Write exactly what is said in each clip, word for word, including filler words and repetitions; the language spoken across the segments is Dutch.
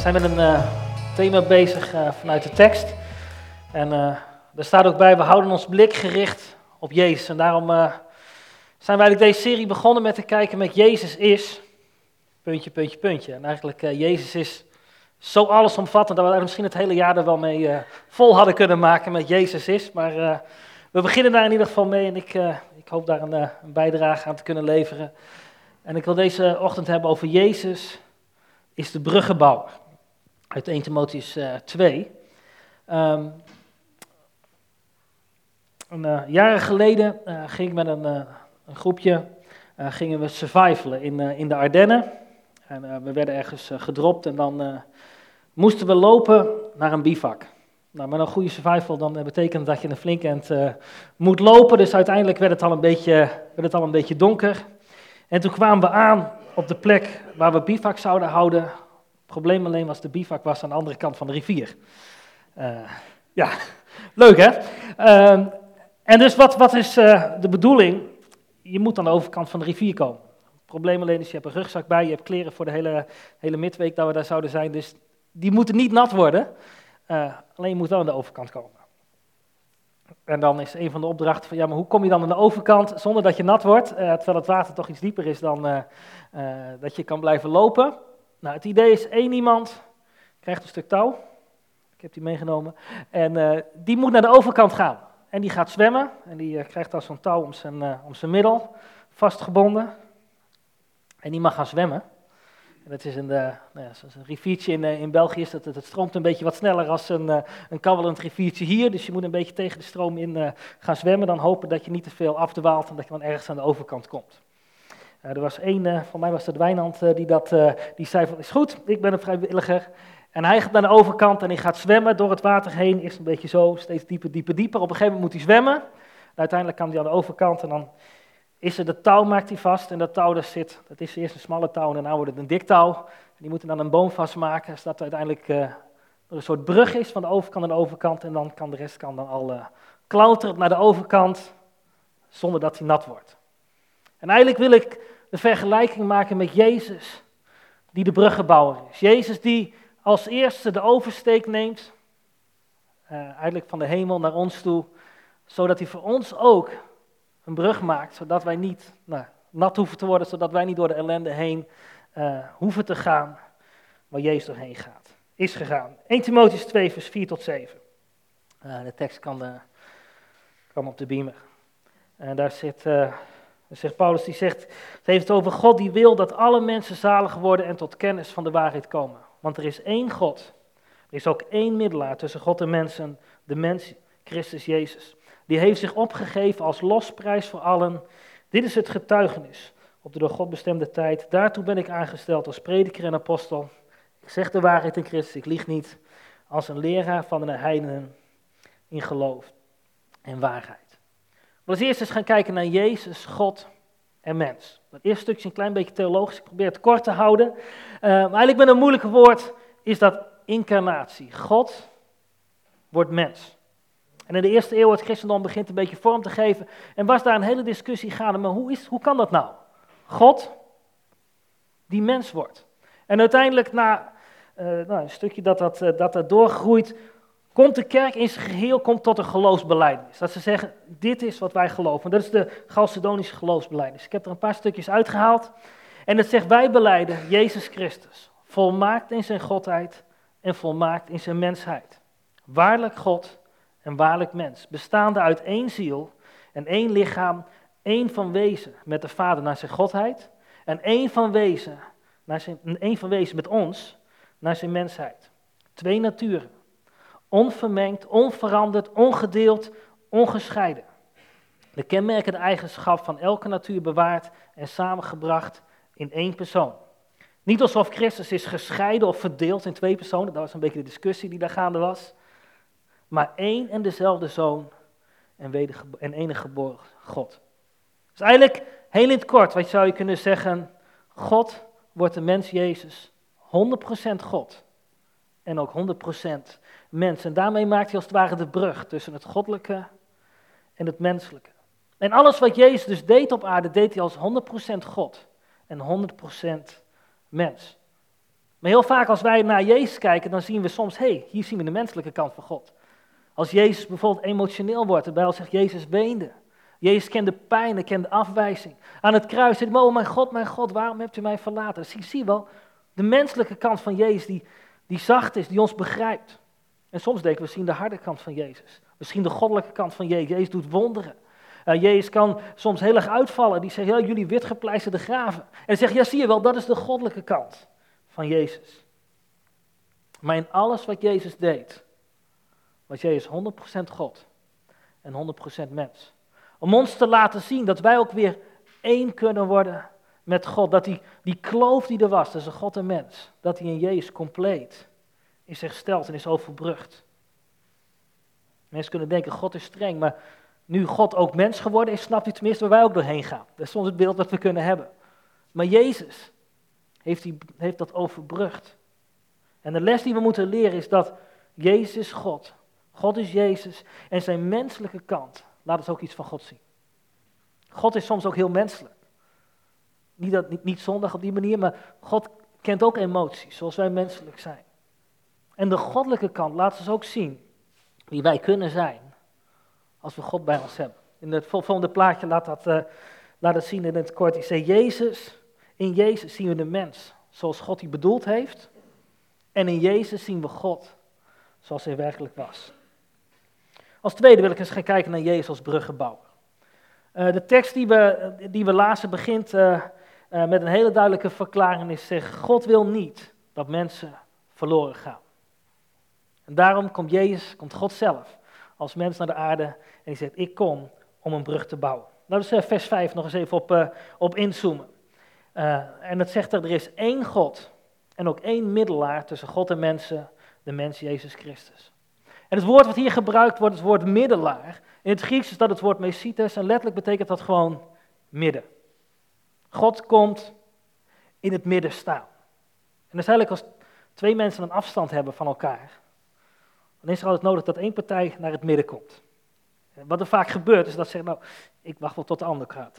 zijn met een uh, thema bezig uh, vanuit de tekst. En uh, er staat ook bij, we houden ons blik gericht op Jezus. En daarom uh, zijn we eigenlijk deze serie begonnen met te kijken met Jezus is, puntje, puntje, puntje. En eigenlijk, uh, Jezus is zo allesomvattend dat we daar misschien het hele jaar er wel mee uh, vol hadden kunnen maken met Jezus is. Maar uh, we beginnen daar in ieder geval mee en ik, uh, ik hoop daar een, uh, een bijdrage aan te kunnen leveren. En ik wil deze ochtend hebben over Jezus is de bruggenbouwer. Uit eerste Timotheüs uh, twee. Um, een, uh, jaren geleden uh, ging ik met een, uh, een groepje uh, gingen we survivalen in, uh, in de Ardennen. En, uh, we werden ergens uh, gedropt en dan uh, moesten we lopen naar een bivak. Nou, met een goede survival dan uh, betekent dat je een flink eind uh, moet lopen. Dus uiteindelijk werd het, al een beetje, werd het al een beetje donker. En toen kwamen we aan op de plek waar we bivak zouden houden. Het probleem alleen was, de bivak was aan de andere kant van de rivier. Uh, ja, leuk hè? Uh, en dus wat, wat is uh, de bedoeling? Je moet aan de overkant van de rivier komen. Het probleem alleen is, je hebt een rugzak bij, je hebt kleren voor de hele, hele midweek dat we daar zouden zijn. Dus die moeten niet nat worden, uh, alleen je moet wel aan de overkant komen. En dan is een van de opdrachten van, ja, maar hoe kom je dan aan de overkant zonder dat je nat wordt? Uh, terwijl het water toch iets dieper is dan uh, uh, dat je kan blijven lopen. Nou, het idee is, één iemand krijgt een stuk touw. Ik heb die meegenomen. En uh, die moet naar de overkant gaan. En die gaat zwemmen. En die uh, krijgt dan zo'n touw om zijn, uh, om zijn middel vastgebonden. En die mag gaan zwemmen. En dat is een, uh, nou ja, zoals een riviertje in, uh, in België is dat het, het stroomt een beetje wat sneller als een, uh, een kabbelend riviertje hier. Dus je moet een beetje tegen de stroom in uh, gaan zwemmen. Dan hopen dat je niet te veel afdwaalt en dat je dan ergens aan de overkant komt. Uh, er was één, uh, voor mij was het Wijnand, uh, die, dat, uh, die zei van, is goed, ik ben een vrijwilliger. En hij gaat naar de overkant en hij gaat zwemmen door het water heen. Eerst een beetje zo, steeds dieper, dieper, dieper. Op een gegeven moment moet hij zwemmen. En uiteindelijk kan hij aan de overkant en dan is er de touw, maakt hij vast. En dat touw, dat zit, dat is eerst een smalle touw en daarna wordt het een dik touw. En die moeten dan een boom vastmaken, zodat er uiteindelijk uh, er een soort brug is van de overkant naar de overkant. En dan kan de rest kan dan al uh, klauteren naar de overkant, zonder dat hij nat wordt. En eigenlijk wil ik de vergelijking maken met Jezus, die de bruggenbouwer is. Jezus die als eerste de oversteek neemt, uh, eigenlijk van de hemel naar ons toe, zodat hij voor ons ook een brug maakt, zodat wij niet nou, nat hoeven te worden, zodat wij niet door de ellende heen uh, hoeven te gaan, waar Jezus doorheen gaat, is gegaan. eerste Timotheüs twee, vers vier tot zeven. Uh, de tekst kan, uh, kan op de beamer. En uh, daar zit, uh, zegt Paulus, die zegt, het heeft het over God die wil dat alle mensen zalig worden en tot kennis van de waarheid komen. Want er is één God, er is ook één middelaar tussen God en mensen, de mens Christus Jezus. Die heeft zich opgegeven als losprijs voor allen. Dit is het getuigenis op de door God bestemde tijd. Daartoe ben ik aangesteld als prediker en apostel. Ik zeg de waarheid in Christus, ik lieg niet. Als een leraar van de heidenen in geloof en waarheid. We als eerst eens gaan kijken naar Jezus, God en mens. Het eerste stukje is een klein beetje theologisch, ik probeer het kort te houden. Uh, maar eigenlijk met een moeilijke woord is dat incarnatie. God wordt mens. En in de eerste eeuw het christendom begint een beetje vorm te geven. En was daar een hele discussie gaande, maar hoe, is, hoe kan dat nou? God die mens wordt. En uiteindelijk na uh, nou, een stukje dat dat, uh, dat dat doorgroeit, komt de kerk in zijn geheel komt tot een geloofsbelijdenis. Dat ze zeggen, dit is wat wij geloven. Dat is de Chalcedonische geloofsbelijdenis. Ik heb er een paar stukjes uitgehaald. En het zegt, wij belijden Jezus Christus, volmaakt in zijn godheid en volmaakt in zijn mensheid. Waarlijk God en waarlijk mens, bestaande uit één ziel en één lichaam, één van wezen met de Vader naar zijn godheid en één van wezen, naar zijn, één van wezen met ons naar zijn mensheid. Twee naturen, onvermengd, onveranderd, ongedeeld, ongescheiden. De kenmerkende eigenschap van elke natuur bewaard en samengebracht in één persoon. Niet alsof Christus is gescheiden of verdeeld in twee personen, dat was een beetje de discussie die daar gaande was. Maar één en dezelfde Zoon en, wedergebo- en enige geboren God. Dus eigenlijk, heel in het kort, wat zou je kunnen zeggen, God wordt de mens Jezus honderd procent God en ook honderd procent mens. En daarmee maakt hij als het ware de brug tussen het goddelijke en het menselijke. En alles wat Jezus dus deed op aarde, deed hij als honderd procent God en honderd procent mens. Maar heel vaak als wij naar Jezus kijken, dan zien we soms, hé, hey, hier zien we de menselijke kant van God. Als Jezus bijvoorbeeld emotioneel wordt, de Bijbel zegt, Jezus weende. Jezus kende pijn, hij kende afwijzing. Aan het kruis zegt hij, oh mijn God, mijn God, waarom hebt u mij verlaten? Dus zie je wel, de menselijke kant van Jezus die, die zacht is, die ons begrijpt. En soms denken we, we zien de harde kant van Jezus. We zien de goddelijke kant van Jezus. Jezus doet wonderen. Uh, Jezus kan soms heel erg uitvallen. Die zegt, ja, jullie witgepleisterde graven. En hij zegt, ja, zie je wel, dat is de goddelijke kant van Jezus. Maar in alles wat Jezus deed, was Jezus honderd procent God en honderd procent mens. Om ons te laten zien dat wij ook weer één kunnen worden met God. Dat die, die kloof die er was tussen God en mens, dat die in Jezus compleet is hersteld en is overbrugd. Mensen kunnen denken, God is streng, maar nu God ook mens geworden is, snapt u tenminste waar wij ook doorheen gaan. Dat is soms het beeld dat we kunnen hebben. Maar Jezus heeft, die, heeft dat overbrugd. En de les die we moeten leren is dat Jezus is God. God is Jezus en zijn menselijke kant laat ons ook iets van God zien. God is soms ook heel menselijk. Niet, dat, niet, niet zondig op die manier, maar God kent ook emoties, zoals wij menselijk zijn. En de goddelijke kant laat ons ook zien wie wij kunnen zijn als we God bij ons hebben. In het volgende plaatje laat dat, uh, laat het zien in het kort. Ik zei, Jezus, in Jezus zien we de mens zoals God die bedoeld heeft. En in Jezus zien we God zoals hij werkelijk was. Als tweede wil ik eens gaan kijken naar Jezus als bruggenbouwer. Uh, de tekst die we, die we lazen begint uh, uh, met een hele duidelijke verklaring. Is zegt, God wil niet dat mensen verloren gaan. En daarom komt Jezus, komt God zelf als mens naar de aarde en hij zegt, ik kom om een brug te bouwen. Laten we vers vijf nog eens even op, uh, op inzoomen. Uh, en het zegt er, er is één God en ook één middelaar tussen God en mensen, de mens Jezus Christus. En het woord wat hier gebruikt wordt, het woord middelaar. In het Grieks is dat het woord mesites en letterlijk betekent dat gewoon midden. God komt in het midden staan. En dat is eigenlijk als twee mensen een afstand hebben van elkaar. Dan is er altijd nodig dat één partij naar het midden komt. Wat er vaak gebeurt is dat ze zeggen, nou, ik wacht wel tot de ander gaat.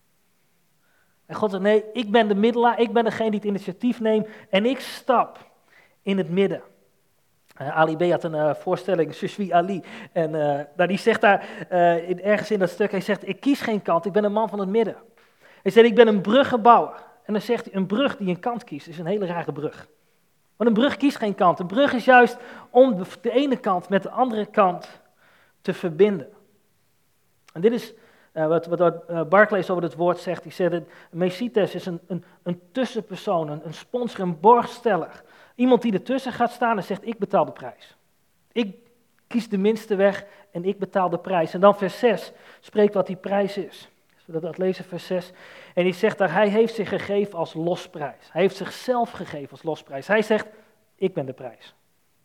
En God zegt, nee, ik ben de middelaar, ik ben degene die het initiatief neemt en ik stap in het midden. Uh, Ali B had een uh, voorstelling, Je suis Ali, en uh, nou, die zegt daar uh, in, ergens in dat stuk, hij zegt, ik kies geen kant, ik ben een man van het midden. Hij zegt, ik ben een bruggenbouwer. En dan zegt hij, een brug die een kant kiest, is een hele rare brug. Want een brug kiest geen kant. Een brug is juist om de, de ene kant met de andere kant te verbinden. En dit is uh, wat, wat uh, Barclays over het woord zegt. Die zegt, mesites is een, een, een tussenpersoon, een, een sponsor, een borgsteller. Iemand die ertussen gaat staan en zegt, ik betaal de prijs. Ik kies de minste weg en ik betaal de prijs. En dan vers zes spreekt wat die prijs is. Dat, dat lezen vers zes. En die zegt daar, hij heeft zich gegeven als losprijs. Hij heeft zichzelf gegeven als losprijs. Hij zegt, ik ben de prijs.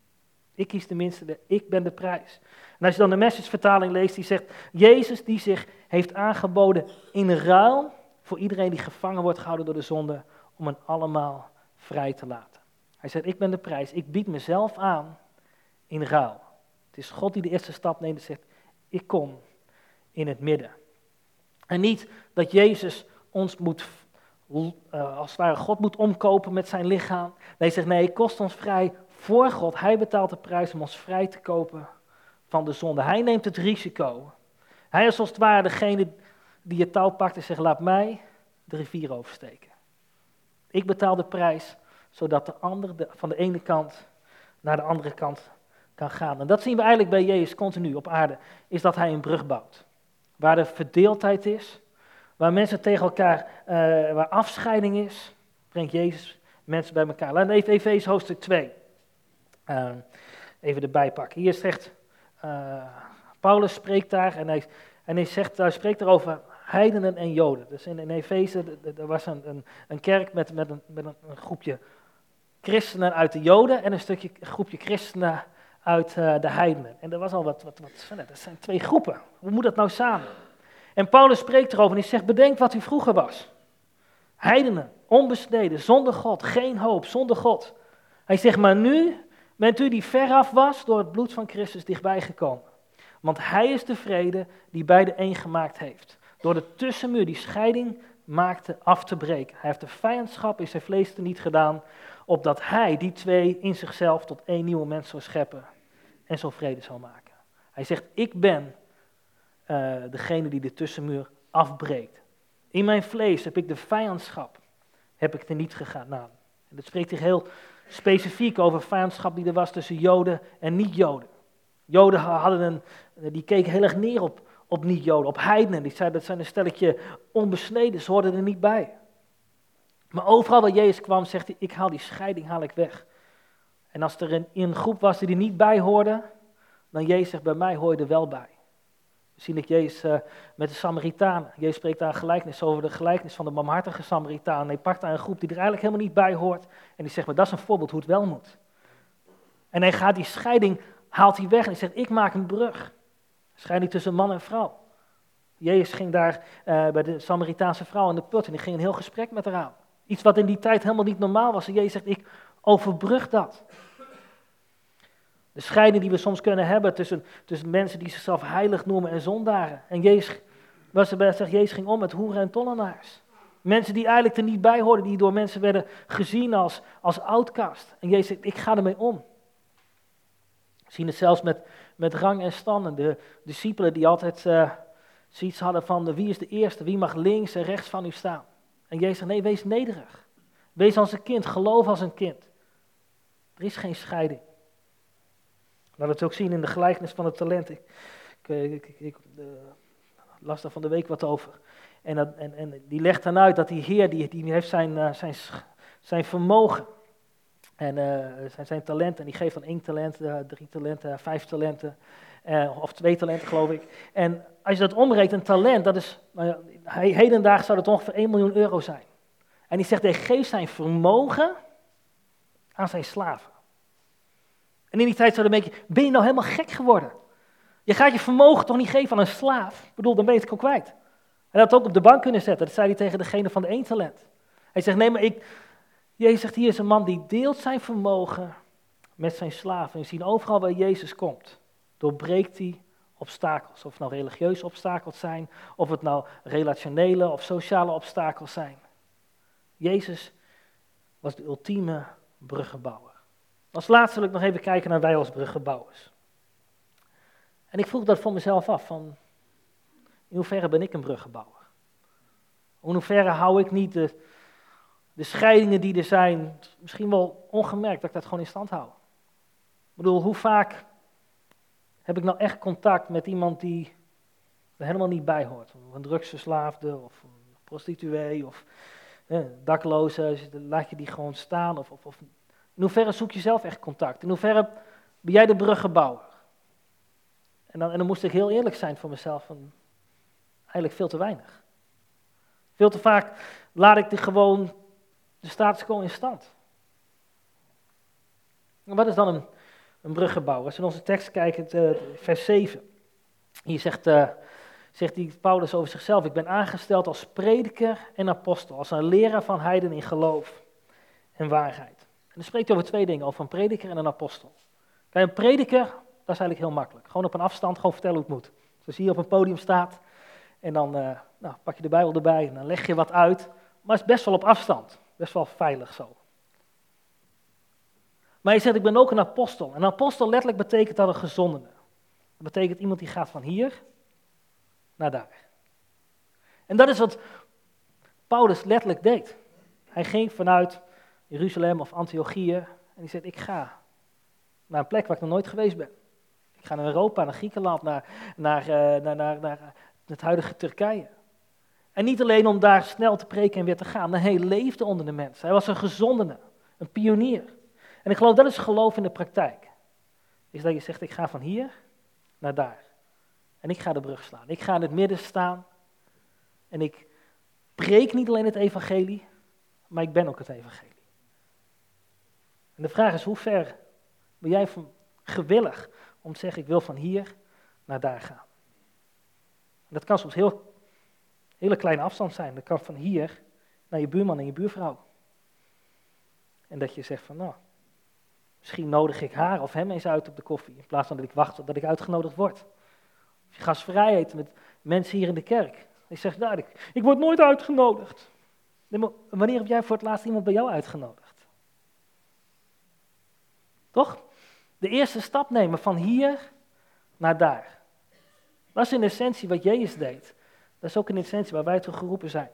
Ik kies de minste weg, ik ben de prijs. En als je dan de Message-vertaling leest, die zegt, Jezus die zich heeft aangeboden in ruil voor iedereen die gevangen wordt gehouden door de zonde, om hen allemaal vrij te laten. Hij zegt, ik ben de prijs, ik bied mezelf aan in ruil. Het is God die de eerste stap neemt en zegt, ik kom in het midden. En niet dat Jezus ons moet, uh, als het ware God moet omkopen met zijn lichaam. Nee, hij zegt, nee, het kost ons vrij voor God. Hij betaalt de prijs om ons vrij te kopen van de zonde. Hij neemt het risico. Hij is als het ware degene die het touw pakt en zegt, laat mij de rivier oversteken. Ik betaal de prijs, zodat de ander de, van de ene kant naar de andere kant kan gaan. En dat zien we eigenlijk bij Jezus continu op aarde, is dat hij een brug bouwt. Waar er verdeeldheid is, waar mensen tegen elkaar, uh, waar afscheiding is, brengt Jezus mensen bij elkaar. Laten we even Efeze hoofdstuk twee uh, even erbij pakken. Hier zegt, uh, Paulus spreekt daar en hij, en hij, zegt, hij spreekt erover heidenen en joden. Dus in, in Efeze, er was een, een, een kerk met, met, een, met een, een groepje christenen uit de joden en een stukje een groepje christenen uit uh, de heidenen. En er was al wat, wat, wat, dat zijn twee groepen. Hoe moet dat nou samen? En Paulus spreekt erover en hij zegt, bedenk wat u vroeger was. Heidenen, onbesneden, zonder God, geen hoop, zonder God. Hij zegt, maar nu bent u die veraf was door het bloed van Christus dichtbij gekomen. Want hij is de vrede die beide één gemaakt heeft. Door de tussenmuur die scheiding maakte af te breken. Hij heeft de vijandschap in zijn vlees teniet gedaan, opdat hij die twee in zichzelf tot één nieuwe mens zou scheppen en zo vrede zou maken. Hij zegt, ik ben uh, degene die de tussenmuur afbreekt. In mijn vlees heb ik de vijandschap, heb ik er niet gegaan. Nou, en dat spreekt zich heel specifiek over vijandschap die er was tussen Joden en niet-Joden. Joden hadden een, die keken heel erg neer op, op niet-Joden, op heidenen. Die zeiden, dat zijn een stelletje onbesneden, ze hoorden er niet bij. Maar overal waar Jezus kwam, zegt hij, ik haal die scheiding haal ik weg. En als er een, een groep was die er niet bij hoorde, dan Jezus zegt, bij mij hoor je er wel bij. We zien dat Jezus uh, met de Samaritanen, Jezus spreekt daar een gelijkenis over de gelijkenis van de barmhartige Samaritaan. Hij pakt daar een groep die er eigenlijk helemaal niet bij hoort en die zegt, maar dat is een voorbeeld hoe het wel moet. En hij gaat die scheiding, haalt hij weg en hij zegt, ik maak een brug. Scheiding tussen man en vrouw. Jezus ging daar uh, bij de Samaritaanse vrouw aan de put en die ging een heel gesprek met haar aan. Iets wat in die tijd helemaal niet normaal was. En Jezus zegt, ik overbrug dat. De scheiding die we soms kunnen hebben tussen, tussen mensen die zichzelf heilig noemen en zondaren. En Jezus, wat ze zegt, Jezus ging om met hoeren en tollenaars. Mensen die eigenlijk er niet bij hoorden, die door mensen werden gezien als, als outcast. En Jezus zegt, ik ga ermee om. We zien het zelfs met, met rang en standen. De discipelen die altijd uh, zoiets hadden van, de, wie is de eerste, wie mag links en rechts van u staan. En Jezus zegt, nee, wees nederig. Wees als een kind, geloof als een kind. Er is geen scheiding. Laten we het ook zien in de gelijkenis van het talent. Ik, ik, ik, ik uh, las daar van de week wat over. En, dat, en, en die legt dan uit dat die Heer, die, die heeft zijn, uh, zijn, zijn vermogen. En uh, zijn, zijn talenten. En die geeft dan één talent, uh, drie talenten, uh, vijf talenten. Uh, of twee talenten geloof ik. En als je dat omrekent, een talent, dat is, uh, hedendaags zou dat ongeveer één miljoen euro zijn. En die zegt, hij geeft zijn vermogen aan zijn slaven. En in die tijd zou dan denk je, ben je nou helemaal gek geworden? Je gaat je vermogen toch niet geven aan een slaaf? Ik bedoel, dan ben je het ook kwijt. Hij had het ook op de bank kunnen zetten, dat zei hij tegen degene van de één talent. Hij zegt, nee, maar ik... Jezus zegt, hier is een man die deelt zijn vermogen met zijn slaven. En we zien overal waar Jezus komt, doorbreekt hij obstakels. Of het nou religieuze obstakels zijn, of het nou relationele of sociale obstakels zijn. Jezus was de ultieme bruggenbouwer. Als laatste wil ik nog even kijken naar wij als bruggenbouwers. En ik vroeg dat voor mezelf af, van in hoeverre ben ik een bruggenbouwer? In hoeverre hou ik niet de, de scheidingen die er zijn, misschien wel ongemerkt, dat ik dat gewoon in stand hou? Ik bedoel, hoe vaak heb ik nou echt contact met iemand die er helemaal niet bij hoort? Een drugsverslaafde of een prostituee of eh, dakloze, laat je die gewoon staan? Of, of, of, in hoeverre zoek je zelf echt contact? In hoeverre ben jij de bruggenbouwer? En dan, en dan moest ik heel eerlijk zijn voor mezelf, van, eigenlijk veel te weinig. Veel te vaak laat ik de gewoon de status quo in stand. En wat is dan een, een bruggenbouwer? Als we in onze tekst kijken, het, uh, vers zeven. Hier zegt, uh, zegt die Paulus over zichzelf, ik ben aangesteld als prediker en apostel, als een leraar van heiden in geloof en waarheid. En dan spreekt hij over twee dingen, over een prediker en een apostel. Kijk, een prediker, dat is eigenlijk heel makkelijk. Gewoon op een afstand, gewoon vertellen hoe het moet. Zoals hier op een podium staat en dan uh, nou, pak je de Bijbel erbij en dan leg je wat uit. Maar het is best wel op afstand, best wel veilig zo. Maar je zegt, ik ben ook een apostel. En een apostel letterlijk betekent dat een gezondene. Dat betekent iemand die gaat van hier naar daar. En dat is wat Paulus letterlijk deed. Hij ging vanuit Jeruzalem of Antiochië en hij zegt, ik ga naar een plek waar ik nog nooit geweest ben. Ik ga naar Europa, naar Griekenland, naar, naar, uh, naar, naar, naar het huidige Turkije. En niet alleen om daar snel te preken en weer te gaan, maar hij leefde onder de mensen. Hij was een gezondene, een pionier. En ik geloof dat is geloof in de praktijk. Is dat je zegt, ik ga van hier naar daar. En ik ga de brug slaan. Ik ga in het midden staan. En ik preek niet alleen het evangelie, maar ik ben ook het evangelie. En de vraag is, hoe ver ben jij van gewillig om te zeggen, ik wil van hier naar daar gaan. En dat kan soms heel, hele kleine afstand zijn. Dat kan van hier naar je buurman en je buurvrouw. En dat je zegt van, nou, misschien nodig ik haar of hem eens uit op de koffie, in plaats van dat ik wacht tot ik uitgenodigd word. Of je gasvrij eten met mensen hier in de kerk. Je zegt, nou, ik, ik word nooit uitgenodigd. Nee, maar wanneer heb jij voor het laatst iemand bij jou uitgenodigd? Toch? De eerste stap nemen van hier naar daar. Dat is in essentie wat Jezus deed. Dat is ook in essentie waar wij toe geroepen zijn.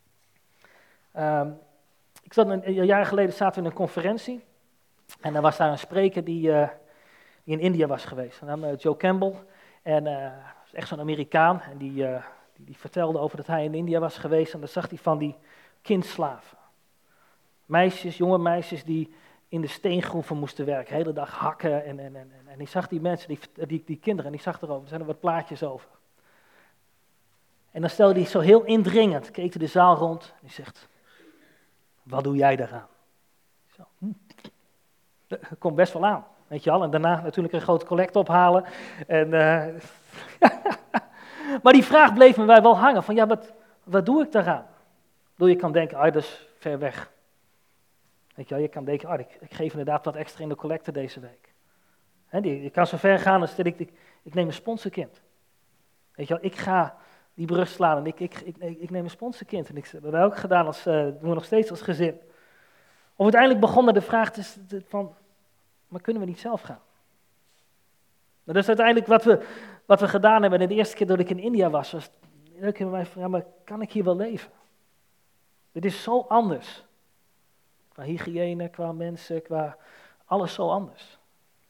Um, ik zat een, een jaar geleden zaten we in een conferentie. En er was daar een spreker die, uh, die in India was geweest. Zijn naam uh, Joe Campbell. En uh, dat is echt zo'n Amerikaan. En die, uh, die, die vertelde over dat hij in India was geweest. En dan zag hij van die kindslaven. Meisjes, jonge meisjes die in de steengroeven moesten werken. De hele dag hakken. En, en, en, en die zag die mensen, die, die, die kinderen. En die zag erover. Er zijn er wat plaatjes over. En dan stelde hij zo heel indringend. Keek hij de zaal rond. En hij zegt: wat doe jij daaraan? Zo, hm. Dat komt best wel aan, weet je al. En daarna natuurlijk een grote collecte ophalen. En, uh, maar die vraag bleef me bij wel hangen. Van ja, wat, wat doe ik daaraan? Doe je kan denken, ah, dat is ver weg. Weet je wel, je kan denken, ah, ik, ik geef inderdaad wat extra in de collecte deze week. He, die, je kan zo ver gaan als dat ik, ik, ik neem een sponsorkind. Weet je wel, ik ga die brug slaan en ik, ik, ik, ik neem een sponsorkind. En ik, dat hebben we ook gedaan, als, uh, doen we nog steeds als gezin. Of uiteindelijk begon met de vraag te, van, maar kunnen we niet zelf gaan? Nou, dat is uiteindelijk wat we, wat we gedaan hebben. En de eerste keer dat ik in India was, was ik mij van, ja, maar kan ik hier wel leven? Dit is zo anders. Qua hygiëne, qua mensen, qua alles zo anders.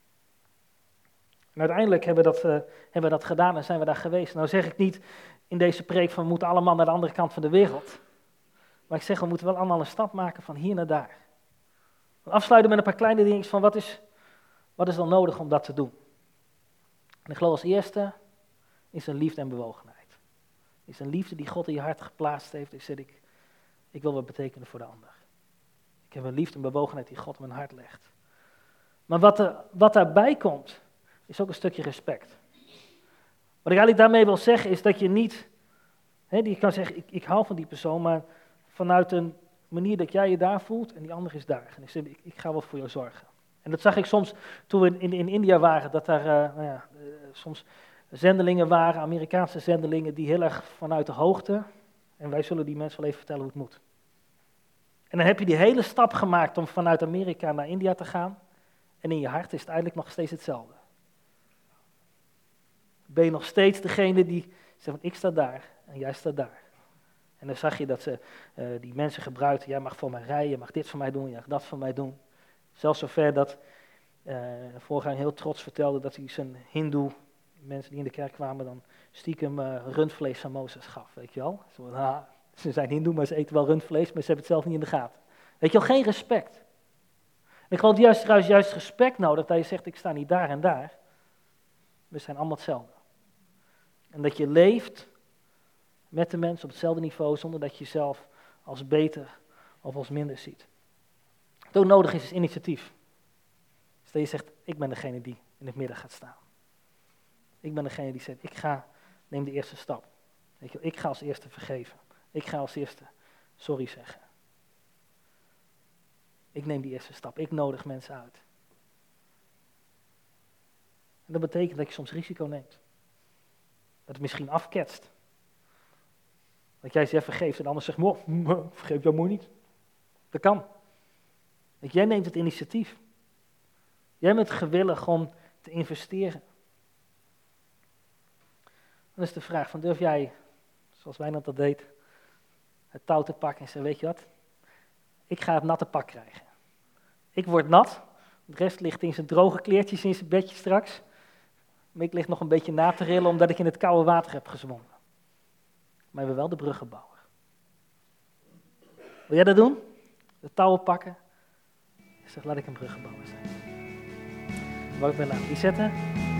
En uiteindelijk hebben we dat, uh, hebben we dat gedaan en zijn we daar geweest. Nou zeg ik niet in deze preek van we moeten allemaal naar de andere kant van de wereld. Maar ik zeg we moeten wel allemaal een stap maken van hier naar daar. Afsluiten met een paar kleine dingetjes van wat is, wat is dan nodig om dat te doen. En ik geloof als eerste is een liefde en bewogenheid. Is een liefde die God in je hart geplaatst heeft. Is dat ik, ik wil wat betekenen voor de ander. Ik heb een liefde en bewogenheid die God in mijn hart legt. Maar wat, er, wat daarbij komt, is ook een stukje respect. Wat ik eigenlijk daarmee wil zeggen is dat je niet, hè, je kan zeggen ik, ik hou van die persoon, maar vanuit een manier dat jij je daar voelt en die ander is daar. En ik, zeg, ik, ik ga wel voor jou zorgen. En dat zag ik soms toen we in, in India waren, dat daar uh, nou ja, uh, soms zendelingen waren, Amerikaanse zendelingen, die heel erg vanuit de hoogte, en wij zullen die mensen wel even vertellen hoe het moet. En dan heb je die hele stap gemaakt om vanuit Amerika naar India te gaan, en in je hart is het eigenlijk nog steeds hetzelfde. Ben je nog steeds degene die zegt, van, ik sta daar en jij staat daar. En dan zag je dat ze uh, die mensen gebruikten, jij mag voor mij rijden, je mag dit voor mij doen, je mag dat voor mij doen. Zelfs zover dat uh, de voorganger heel trots vertelde dat hij zijn hindoe, mensen die in de kerk kwamen, dan stiekem uh, rundvlees van Mozes gaf, weet je wel. Zo, ah, ze zijn hindoe, maar ze eten wel rundvlees, maar ze hebben het zelf niet in de gaten. Weet je wel, geen respect. En ik geloof juist, juist, juist respect nodig, dat je zegt, ik sta niet daar en daar. We zijn allemaal hetzelfde. En dat je leeft met de mensen op hetzelfde niveau, zonder dat je jezelf als beter of als minder ziet. Wat ook nodig is, is initiatief. Dus dat je zegt, ik ben degene die in het midden gaat staan. Ik ben degene die zegt, ik ga, neem de eerste stap. Weet je, ik ga als eerste vergeven. Ik ga als eerste sorry zeggen. Ik neem die eerste stap. Ik nodig mensen uit. En dat betekent dat je soms risico neemt. Dat het misschien afketst. Dat jij zegt vergeeft en de ander zegt, vergeef jou mooi niet. Dat kan. Dat jij neemt het initiatief. Jij bent gewillig om te investeren. Dan is de vraag van durf jij, zoals Wijnand dat deed, het touw te pakken en zeggen, weet je wat, ik ga het natte pak krijgen. Ik word nat, de rest ligt in zijn droge kleertjes in zijn bedje straks. Maar ik lig nog een beetje na te rillen omdat ik in het koude water heb gezwommen. Maar we hebben wel de bruggenbouwer. Wil jij dat doen? De touwen pakken? Ik zeg, laat ik een bruggenbouwer zijn. Wou ik me laten die zetten?